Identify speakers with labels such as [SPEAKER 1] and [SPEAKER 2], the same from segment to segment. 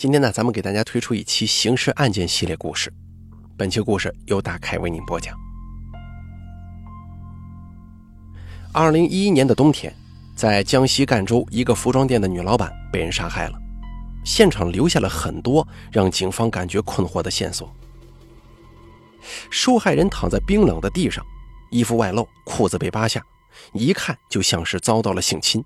[SPEAKER 1] 今天呢，咱们给大家推出一期刑事案件系列故事。本期故事由大凯为您播讲。2011年的冬天，在江西赣州一个服装店的女老板被人杀害了，现场留下了很多让警方感觉困惑的线索。受害人躺在冰冷的地上，衣服外露，裤子被扒下，一看就像是遭到了性侵。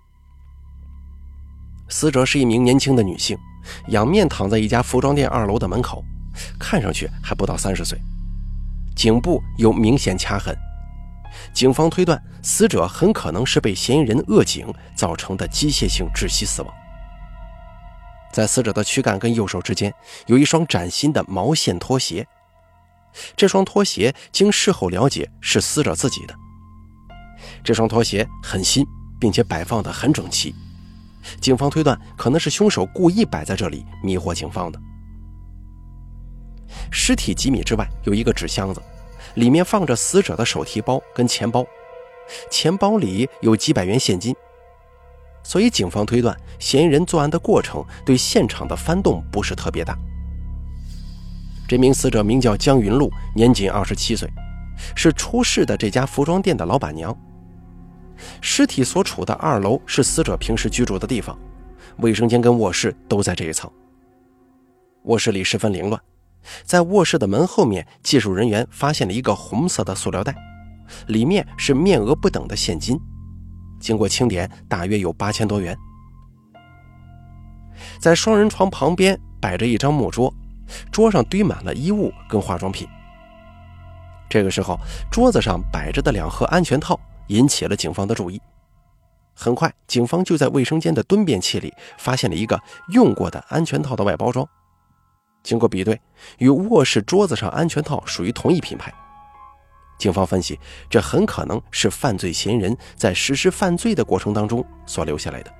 [SPEAKER 1] 死者是一名年轻的女性，仰面躺在一家服装店2楼的门口，看上去还不到30岁，颈部有明显掐痕。警方推断，死者很可能是被嫌疑人扼颈造成的机械性窒息死亡。在死者的躯干跟右手之间有一双崭新的毛线拖鞋，这双拖鞋经事后了解是死者自己的。这双拖鞋很新，并且摆放得很整齐，警方推断可能是凶手故意摆在这里迷惑警方的。尸体几米之外有一个纸箱子，里面放着死者的手提包跟钱包，钱包里有几百元现金，所以警方推断嫌疑人作案的过程对现场的翻动不是特别大。这名死者名叫江云露，年仅27岁，是出事的这家服装店的老板娘。尸体所处的2楼是死者平时居住的地方，卫生间跟卧室都在这一层。卧室里十分凌乱，在卧室的门后面，技术人员发现了一个红色的塑料袋，里面是面额不等的现金，经过清点大约有8000多元。在双人床旁边摆着一张木桌，桌上堆满了衣物跟化妆品。这个时候，桌子上摆着的2盒安全套引起了警方的注意。很快，警方就在卫生间的蹲便器里发现了一个用过的安全套的外包装。经过比对，与卧室桌子上安全套属于同一品牌。警方分析，这很可能是犯罪嫌疑人在实施犯罪的过程当中所留下来的。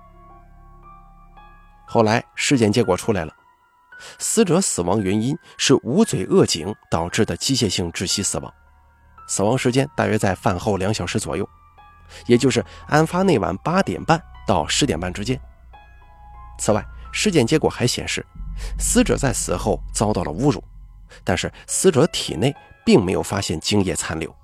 [SPEAKER 1] 后来尸检结果出来了，死者死亡原因是捂嘴扼颈导致的机械性窒息死亡，死亡时间大约在饭后2小时左右，也就是案发那晚8点半到10点半之间。此外，尸检结果还显示，死者在死后遭到了侮辱，但是死者体内并没有发现精液残留。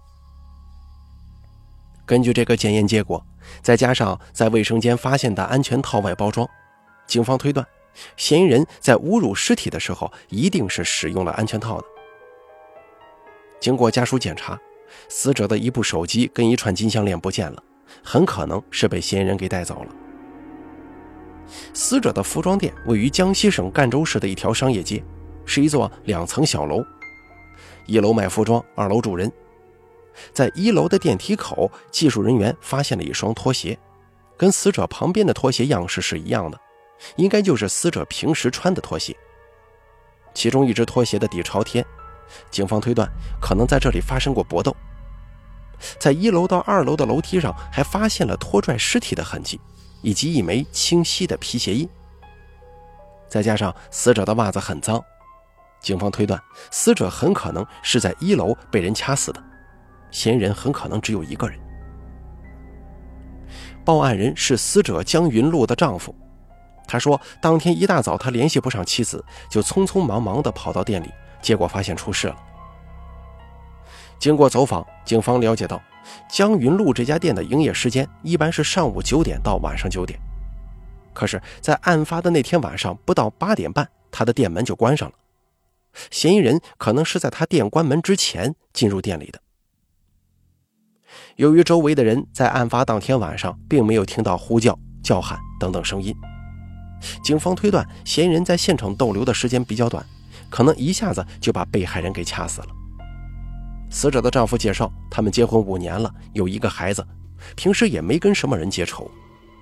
[SPEAKER 1] 根据这个检验结果，再加上在卫生间发现的安全套外包装，警方推断嫌疑人在侮辱尸体的时候一定是使用了安全套的。经过家属检查，死者的一部手机跟一串金项链不见了，很可能是被嫌疑人给带走了。死者的服装店位于江西省赣州市的一条商业街，是一座2层小楼，1楼卖服装，2楼住人。在1楼的电梯口，技术人员发现了一双拖鞋，跟死者旁边的拖鞋样式是一样的，应该就是死者平时穿的拖鞋。其中一只拖鞋的底朝天，警方推断可能在这里发生过搏斗。在1楼到2楼的楼梯上还发现了拖拽尸体的痕迹，以及一枚清晰的皮鞋印。再加上死者的袜子很脏，警方推断死者很可能是在1楼被人掐死的，嫌疑人很可能只有一个人。报案人是死者江云露的丈夫，他说当天一大早他联系不上妻子，就匆匆忙忙地跑到店里，结果发现出事了。经过走访，警方了解到江云露这家店的营业时间一般是上午9点到晚上9点，可是在案发的那天晚上不到8点半，他的店门就关上了。嫌疑人可能是在他店关门之前进入店里的。由于周围的人在案发当天晚上并没有听到呼叫、叫喊等等声音，警方推断嫌疑人在现场逗留的时间比较短，可能一下子就把被害人给掐死了。死者的丈夫介绍，他们结婚5年了，有一个孩子，平时也没跟什么人结仇。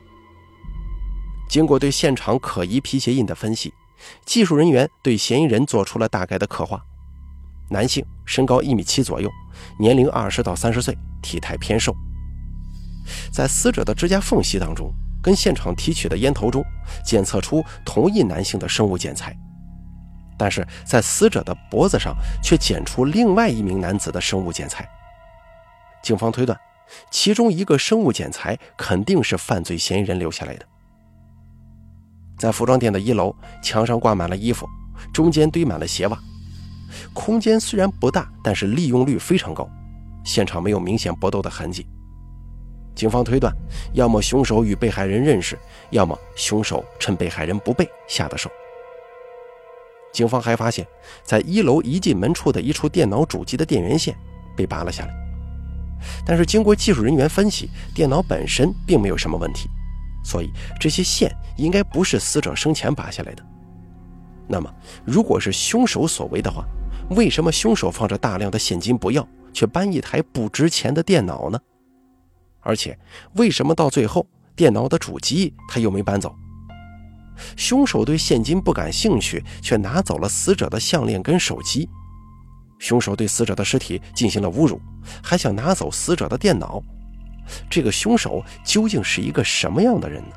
[SPEAKER 1] 经过对现场可疑皮鞋印的分析，技术人员对嫌疑人做出了大概的刻画。男性，身高1.7米左右，年龄20到30岁，体态偏瘦。在死者的指甲缝隙当中，跟现场提取的烟头中检测出同一男性的生物检材，但是在死者的脖子上却检出另外一名男子的生物检材。警方推断，其中一个生物检材肯定是犯罪嫌疑人留下来的。 在服装店的1楼，墙上挂满了衣服，中间堆满了鞋袜。空间虽然不大，但是利用率非常高，现场没有明显搏斗的痕迹。警方推断，要么凶手与被害人认识，要么凶手趁被害人不备下的手。警方还发现，在1楼一进门处的一处电脑主机的电源线被拔了下来，但是经过技术人员分析，电脑本身并没有什么问题，所以这些线应该不是死者生前拔下来的。那么，如果是凶手所为的话，为什么凶手放着大量的现金不要，却搬一台不值钱的电脑呢？而且，为什么到最后电脑的主机他又没搬走？凶手对现金不感兴趣，却拿走了死者的项链跟手机。凶手对死者的尸体进行了侮辱，还想拿走死者的电脑。这个凶手究竟是一个什么样的人呢？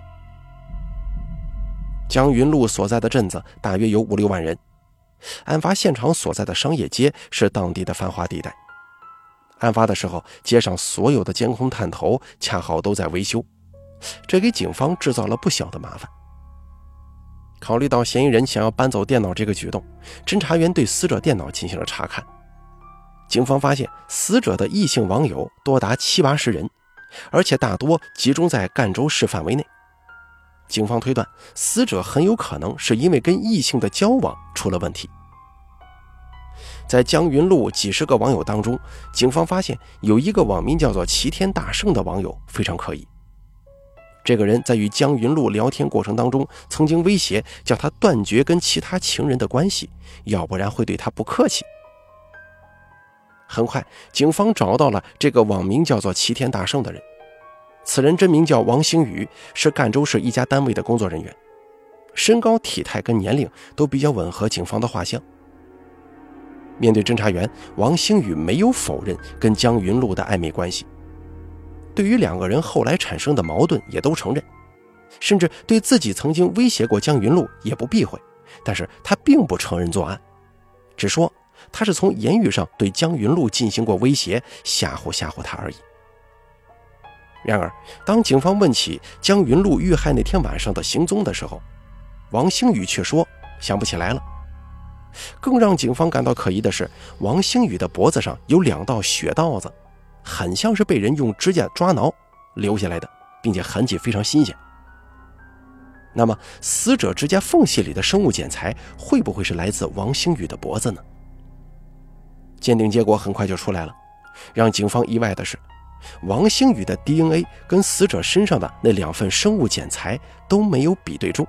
[SPEAKER 1] 江云路所在的镇子大约有5-6万人，案发现场所在的商业街是当地的繁华地带。案发的时候，街上所有的监控探头恰好都在维修，这给警方制造了不小的麻烦。考虑到嫌疑人想要搬走电脑这个举动，侦查员对死者电脑进行了查看。警方发现死者的异性网友多达70-80人，而且大多集中在赣州市范围内。警方推断，死者很有可能是因为跟异性的交往出了问题。在江云路几十个网友当中，警方发现有一个网名叫做齐天大圣的网友非常可疑。这个人在与江云路聊天过程当中，曾经威胁叫他断绝跟其他情人的关系，要不然会对他不客气。很快，警方找到了这个网名叫做齐天大圣的人。此人真名叫王星宇，是赣州市一家单位的工作人员，身高体态跟年龄都比较吻合警方的画像。面对侦查员，王星宇没有否认跟江云路的暧昧关系，对于2个人后来产生的矛盾也都承认，甚至对自己曾经威胁过江云路也不避讳，但是他并不承认作案，只说他是从言语上对江云路进行过威胁，吓唬他而已。然而，当警方问起江云路遇害那天晚上的行踪的时候，王星宇却说想不起来了。更让警方感到可疑的是，王星宇的脖子上有2道血道子，很像是被人用指甲抓挠留下来的，并且痕迹非常新鲜。那么，死者指甲缝隙里的生物检材会不会是来自王星宇的脖子呢？鉴定结果很快就出来了，让警方意外的是，王星宇的 DNA 跟死者身上的那2份生物检材都没有比对中。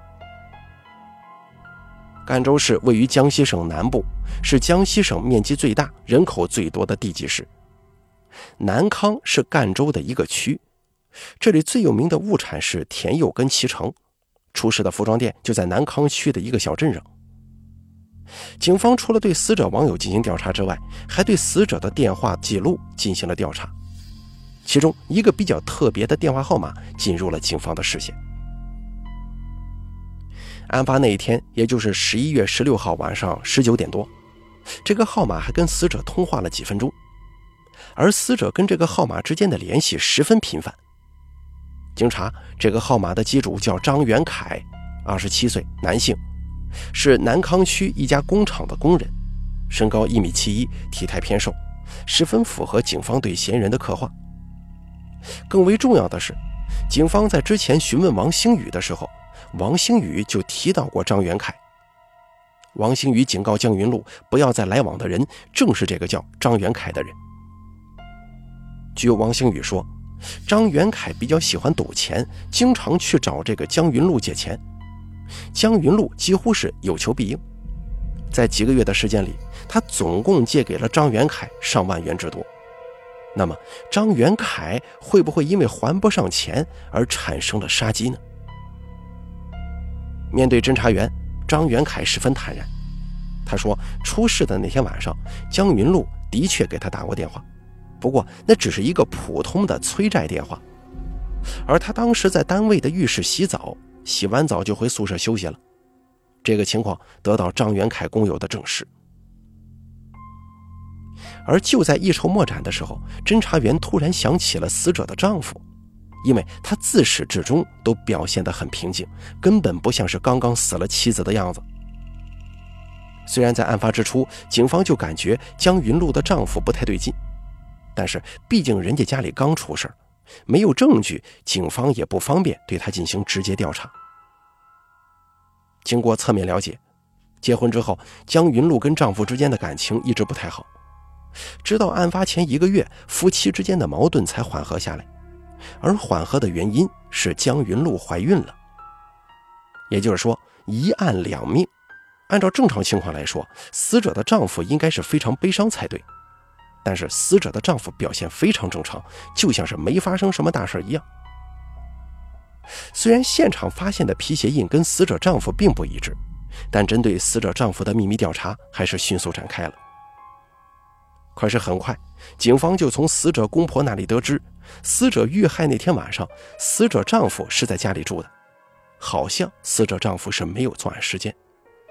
[SPEAKER 1] 赣州市位于江西省南部，是江西省面积最大、人口最多的地级市。南康是赣州的一个区，这里最有名的物产是甜柚跟脐橙，出事的服装店就在南康区的一个小镇上。警方除了对死者网友进行调查之外，还对死者的电话记录进行了调查，其中一个比较特别的电话号码进入了警方的视线。案发那一天，也就是11月16号晚上19点多，这个号码还跟死者通话了几分钟，而死者跟这个号码之间的联系十分频繁。经查，这个号码的机主叫张元凯，27岁，男性，是南康区一家工厂的工人，身高1.71米，体态偏瘦，十分符合警方对嫌疑人的刻画。更为重要的是，警方在之前询问王星宇的时候，王星宇就提到过张元凯。王星宇警告江云路不要再来往的人正是这个叫张元凯的人。据王星宇说，张元凯比较喜欢赌钱，经常去找这个江云路借钱，江云路几乎是有求必应。在几个月的时间里，他总共借给了张元凯上万元之多。那么张元凯会不会因为还不上钱而产生了杀机呢？面对侦查员，张元凯十分坦然，他说出事的那天晚上，江云路的确给他打过电话，不过那只是一个普通的催债电话，而他当时在单位的浴室洗澡，洗完澡就回宿舍休息了。这个情况得到张元凯工友的证实。而就在一筹莫展的时候，侦查员突然想起了死者的丈夫， 因为他自始至终都表现得很平静，根本不像是刚刚死了妻子的样子。虽然在案发之初，警方就感觉江云露的丈夫不太对劲，但是毕竟人家家里刚出事，没有证据，警方也不方便对他进行直接调查。经过侧面了解，结婚之后，江云露跟丈夫之间的感情一直不太好，直到案发前1个月，夫妻之间的矛盾才缓和下来，而缓和的原因是江云露怀孕了。也就是说，一案两命。按照正常情况来说，死者的丈夫应该是非常悲伤才对，但是死者的丈夫表现非常正常，就像是没发生什么大事一样。虽然现场发现的皮鞋印跟死者丈夫并不一致，但针对死者丈夫的秘密调查还是迅速展开了。可是很快，警方就从死者公婆那里得知，死者遇害那天晚上，死者丈夫是在家里住的，好像死者丈夫是没有作案时间。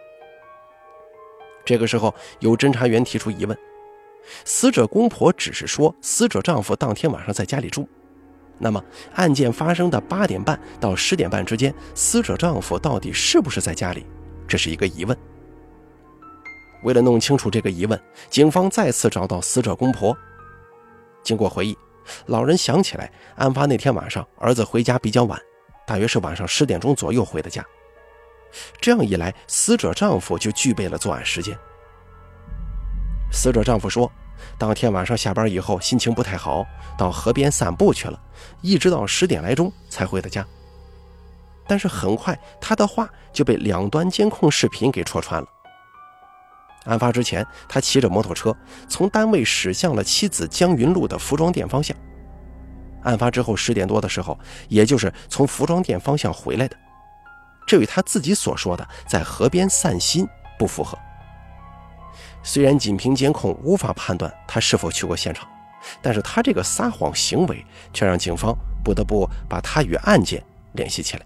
[SPEAKER 1] 这个时候，有侦查员提出疑问，死者公婆只是说死者丈夫当天晚上在家里住，那么案件发生的8点半到10点半之间，死者丈夫到底是不是在家里？这是一个疑问。为了弄清楚这个疑问，警方再次找到死者公婆。经过回忆，老人想起来，案发那天晚上儿子回家比较晚，大约是晚上10点钟左右回的家。这样一来，死者丈夫就具备了作案时间。死者丈夫说，当天晚上下班以后心情不太好，到河边散步去了，一直到10点来钟才回的家。但是很快，他的话就被2端监控视频给戳穿了。案发之前，他骑着摩托车从单位驶向了妻子江云露的服装店方向。案发之后10点多的时候，也就是从服装店方向回来的。这与他自己所说的在河边散心不符合。虽然仅凭监控无法判断他是否去过现场，但是他这个撒谎行为却让警方不得不把他与案件联系起来。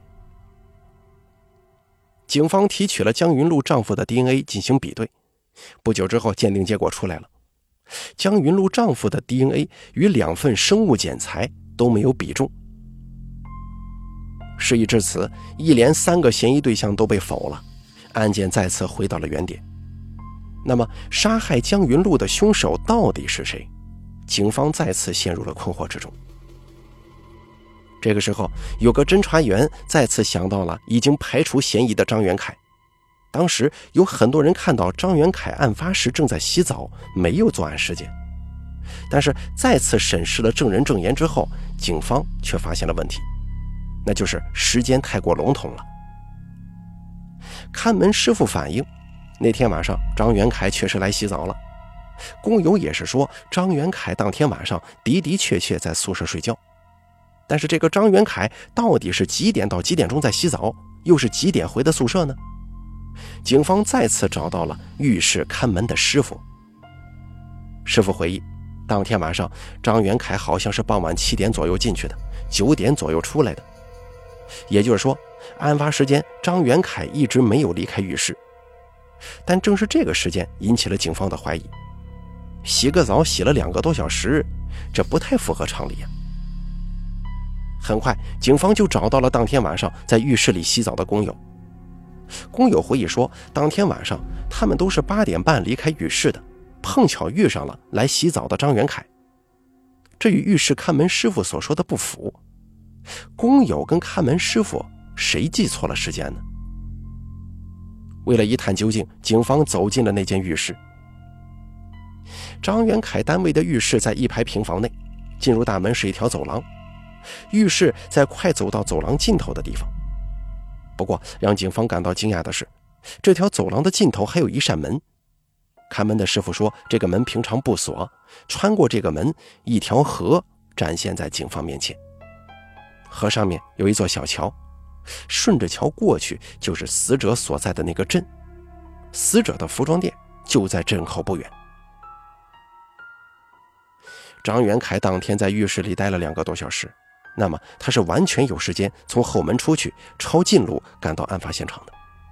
[SPEAKER 1] 警方提取了江云露丈夫的 DNA 进行比对，不久之后鉴定结果出来了，江云露丈夫的 DNA 与2份生物检材都没有比中。事已至此，一连3个嫌疑对象都被否了，案件再次回到了原点。那么杀害江云露的凶手到底是谁？警方再次陷入了困惑之中。这个时候，有个侦查员再次想到了已经排除嫌疑的张元凯。当时有很多人看到张元凯案发时正在洗澡，没有作案时间。但是再次审视了证人证言之后，警方却发现了问题，那就是时间太过笼统了。看门师傅反映，那天晚上张元凯确实来洗澡了，工友也是说张元凯当天晚上的确在宿舍睡觉。但是这个张元凯到底是几点到几点钟在洗澡，又是几点回的宿舍呢？警方再次找到了浴室看门的师傅。师傅回忆，当天晚上张元凯好像是傍晚7点左右进去的，9点左右出来的。也就是说，案发时间张元凯一直没有离开浴室。但正是这个时间引起了警方的怀疑，洗个澡洗了2个多小时，这不太符合常理啊。很快，警方就找到了当天晚上在浴室里洗澡的工友。工友回忆说，当天晚上他们都是8点半离开浴室的，碰巧遇上了来洗澡的张元凯。这与浴室看门师傅所说的不符。工友跟看门师傅谁记错了时间呢？为了一探究竟，警方走进了那间浴室。张元凯单位的浴室在一排平房内，进入大门是一条走廊，浴室在快走到走廊尽头的地方。不过让警方感到惊讶的是，这条走廊的尽头还有一扇门。看门的师傅说，这个门平常不锁，穿过这个门，一条河展现在警方面前。河上面有一座小桥，顺着桥过去就是死者所在的那个镇，死者的服装店就在镇口不远。张元凯当天在浴室里待了2个多小时，那么他是完全有时间从后门出去，抄近路赶到案发现场的。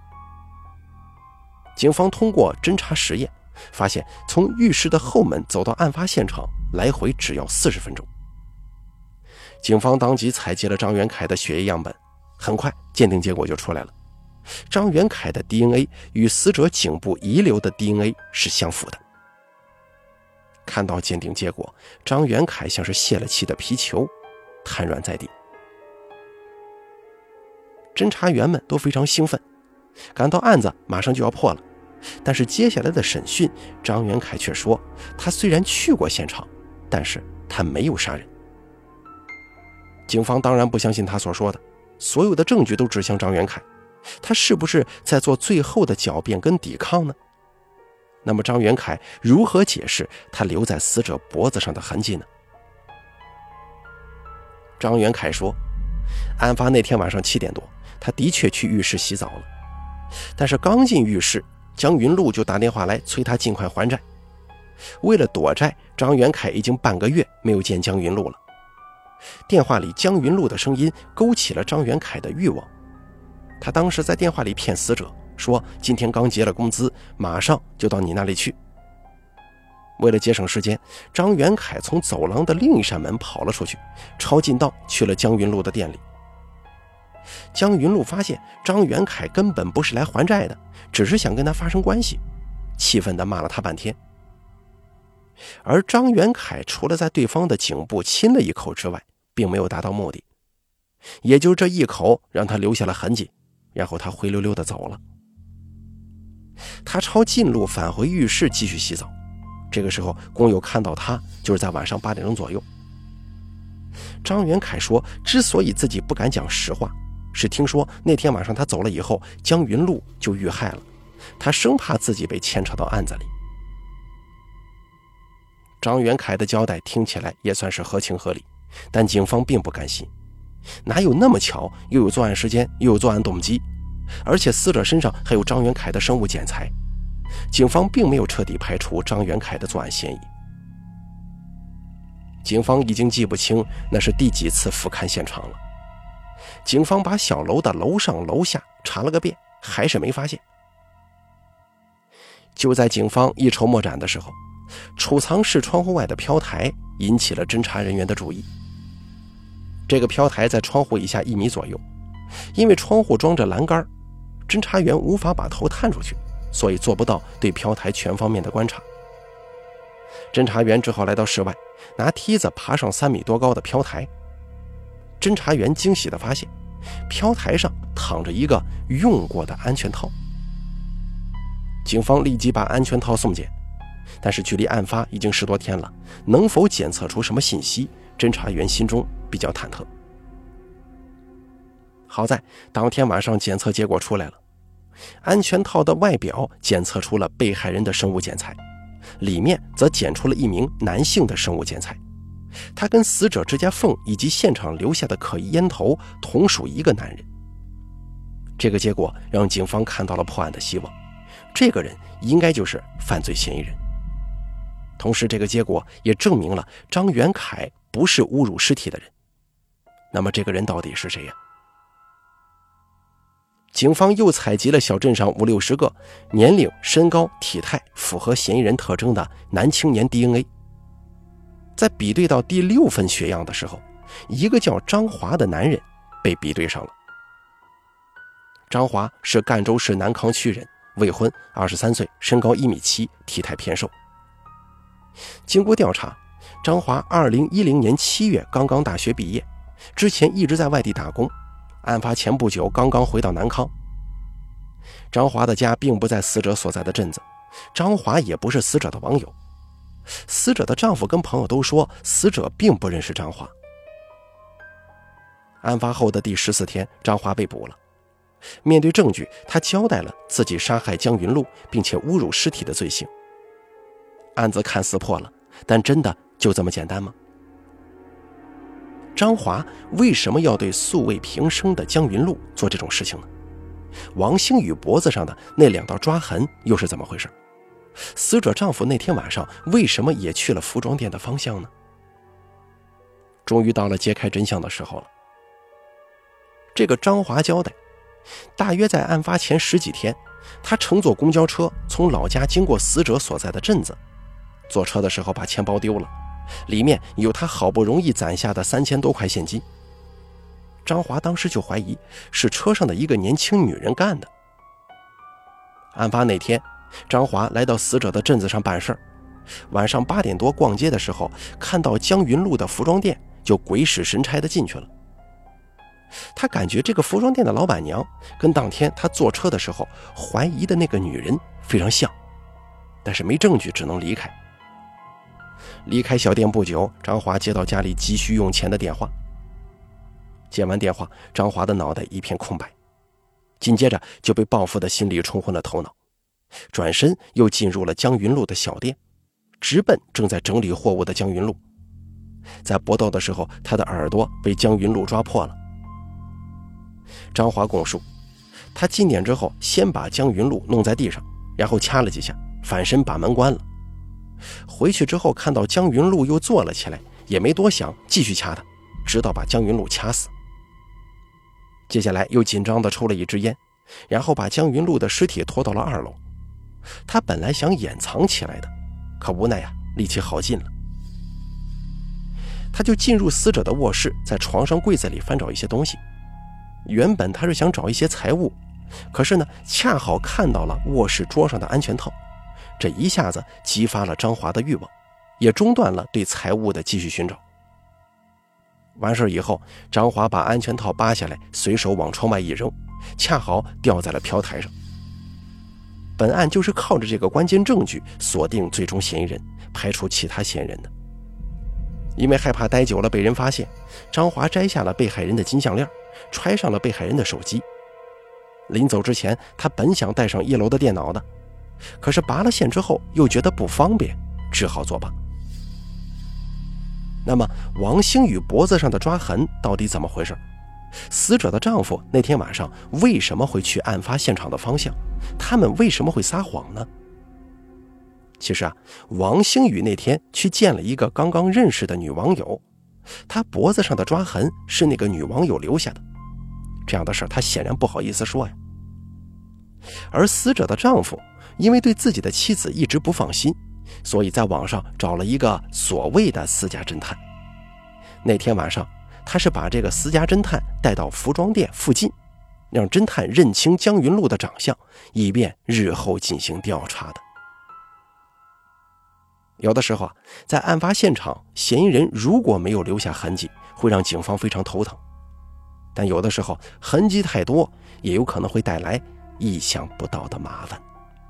[SPEAKER 1] 警方通过侦查实验发现，从浴室的后门走到案发现场来回只要40分钟。 警方当即采集了张元凯的血液样本，很快鉴定结果就出来了。张元凯的 DNA 与死者颈部遗留的 DNA 是相符的。看到鉴定结果，张元凯像是泄了气的皮球，瘫软在地。侦查员们都非常兴奋，感到案子马上就要破了。但是接下来的审讯，张元凯却说，他虽然去过现场，但是他没有杀人。警方当然不相信他所说的，所有的证据都指向张元凯，他是不是在做最后的狡辩跟抵抗呢？那么张元凯如何解释他留在死者脖子上的痕迹呢？张元凯说，案发那天晚上7点多，他的确去浴室洗澡了，但是刚进浴室，江云路就打电话来催他尽快还债。为了躲债，张元凯已经半个月没有见江云路了。电话里江云路的声音勾起了张元凯的欲望，他当时在电话里骗死者说今天刚结了工资，马上就到你那里去。为了节省时间，张元凯从走廊的另一扇门跑了出去，抄近道去了江云路的店里。江云路发现张元凯根本不是来还债的，只是想跟他发生关系，气愤地骂了他半天。而张元凯除了在对方的颈部亲了一口之外，并没有达到目的，也就这一口让他留下了痕迹，然后他灰溜溜地走了。他抄近路返回浴室继续洗澡，这个时候工友看到他就是在晚上8点钟左右。张元凯说，之所以自己不敢讲实话，是听说那天晚上他走了以后，江云路就遇害了，他生怕自己被牵扯到案子里。张元凯的交代听起来也算是合情合理，但警方并不甘心，哪有那么巧，又有作案时间，又有作案动机，而且死者身上还有张元凯的生物检材，警方并没有彻底排除张元凯的作案嫌疑。警方已经记不清那是第几次俯瞰现场了，警方把小楼的楼上楼下查了个遍，还是没发现。就在警方一筹莫展的时候，储藏室窗户外的飘台引起了侦查人员的注意。这个飘台在窗户以下1米左右，因为窗户装着栏杆，侦查员无法把头探出去，所以做不到对飘台全方面的观察。侦查员只好来到室外，拿梯子爬上3米多高的飘台。侦查员惊喜地发现，飘台上躺着一个用过的安全套。警方立即把安全套送检，但是距离案发已经10多天了，能否检测出什么信息，侦查员心中比较忐忑。好在当天晚上检测结果出来了，安全套的外表检测出了被害人的生物检材，里面则检出了一名男性的生物检材，他跟死者指甲缝以及现场留下的可疑烟头同属一个男人。这个结果让警方看到了破案的希望，这个人应该就是犯罪嫌疑人。同时这个结果也证明了张元凯不是侮辱尸体的人。那么这个人到底是谁呀？警方又采集了小镇上50-60个年龄、身高、体态符合嫌疑人特征的男青年 DNA， 在比对到第6份血样的时候，一个叫张华的男人被比对上了。张华是赣州市南康区人，未婚，23岁，身高1.7米，体态偏瘦。经过调查，张华2010年7月刚刚大学毕业，之前一直在外地打工，案发前不久刚刚回到南康。张华的家并不在死者所在的镇子，张华也不是死者的网友。死者的丈夫跟朋友都说，死者并不认识张华。案发后的第14天，张华被捕了。面对证据，他交代了自己杀害江云路并且侮辱尸体的罪行。案子看似破了，但真的就这么简单吗？张华为什么要对素未平生的江云路做这种事情呢？王星宇脖子上的那2道抓痕又是怎么回事？死者丈夫那天晚上为什么也去了服装店的方向呢？终于到了揭开真相的时候了。这个张华交代，大约在案发前10几天，他乘坐公交车从老家经过死者所在的镇子，坐车的时候把钱包丢了， 里面有他好不容易攒下的3000多块现金。张华当时就怀疑是车上的一个年轻女人干的。案发那天，张华来到死者的镇子上办事，晚上8点多逛街的时候，看到江云路的服装店，就鬼使神差地进去了。他感觉这个服装店的老板娘跟当天他坐车的时候怀疑的那个女人非常像，但是没证据，只能离开。离开小店不久，张华接到家里急需用钱的电话。接完电话，张华的脑袋一片空白，紧接着就被报复的心理冲昏了头脑，转身又进入了江云路的小店，直奔正在整理货物的江云路。在搏斗的时候，他的耳朵被江云路抓破了。张华供述，他进店之后先把江云路弄在地上，然后掐了几下，反身把门关了。回去之后看到江云路又坐了起来，也没多想，继续掐他，直到把江云路掐死。接下来又紧张地抽了一支烟，然后把江云路的尸体拖到了2楼。他本来想掩藏起来的，可无奈力气耗尽了。他就进入死者的卧室，在床上柜子里翻找一些东西。原本他是想找一些财物，可是呢，恰好看到了卧室桌上的安全套，这一下子激发了张华的欲望，也中断了对财物的继续寻找。完事以后，张华把安全套扒下来，随手往窗外一扔，恰好掉在了飘台上。本案就是靠着这个关键证据锁定最终嫌疑人，排除其他嫌疑人的。因为害怕待久了被人发现，张华摘下了被害人的金项链，揣上了被害人的手机。临走之前，他本想带上1楼的电脑的，可是拔了线之后又觉得不方便，只好作罢。那么王星宇脖子上的抓痕到底怎么回事？死者的丈夫那天晚上为什么会去案发现场的方向？他们为什么会撒谎呢？其实王星宇那天去见了一个刚刚认识的女网友，他脖子上的抓痕是那个女网友留下的，这样的事他显然不好意思说呀。而死者的丈夫因为对自己的妻子一直不放心，所以在网上找了一个所谓的私家侦探。那天晚上，他是把这个私家侦探带到服装店附近，让侦探认清江云路的长相，以便日后进行调查的。有的时候在案发现场，嫌疑人如果没有留下痕迹，会让警方非常头疼，但有的时候痕迹太多，也有可能会带来意想不到的麻烦。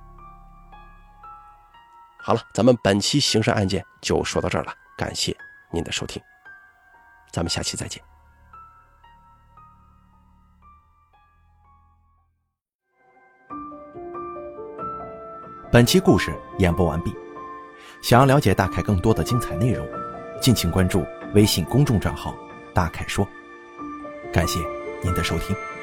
[SPEAKER 1] 好了，咱们本期刑事案件就说到这儿了，感谢您的收听，咱们下期再见。
[SPEAKER 2] 本期故事演播完毕，想要了解大凯更多的精彩内容，敬请关注微信公众账号大凯说。感谢您的收听。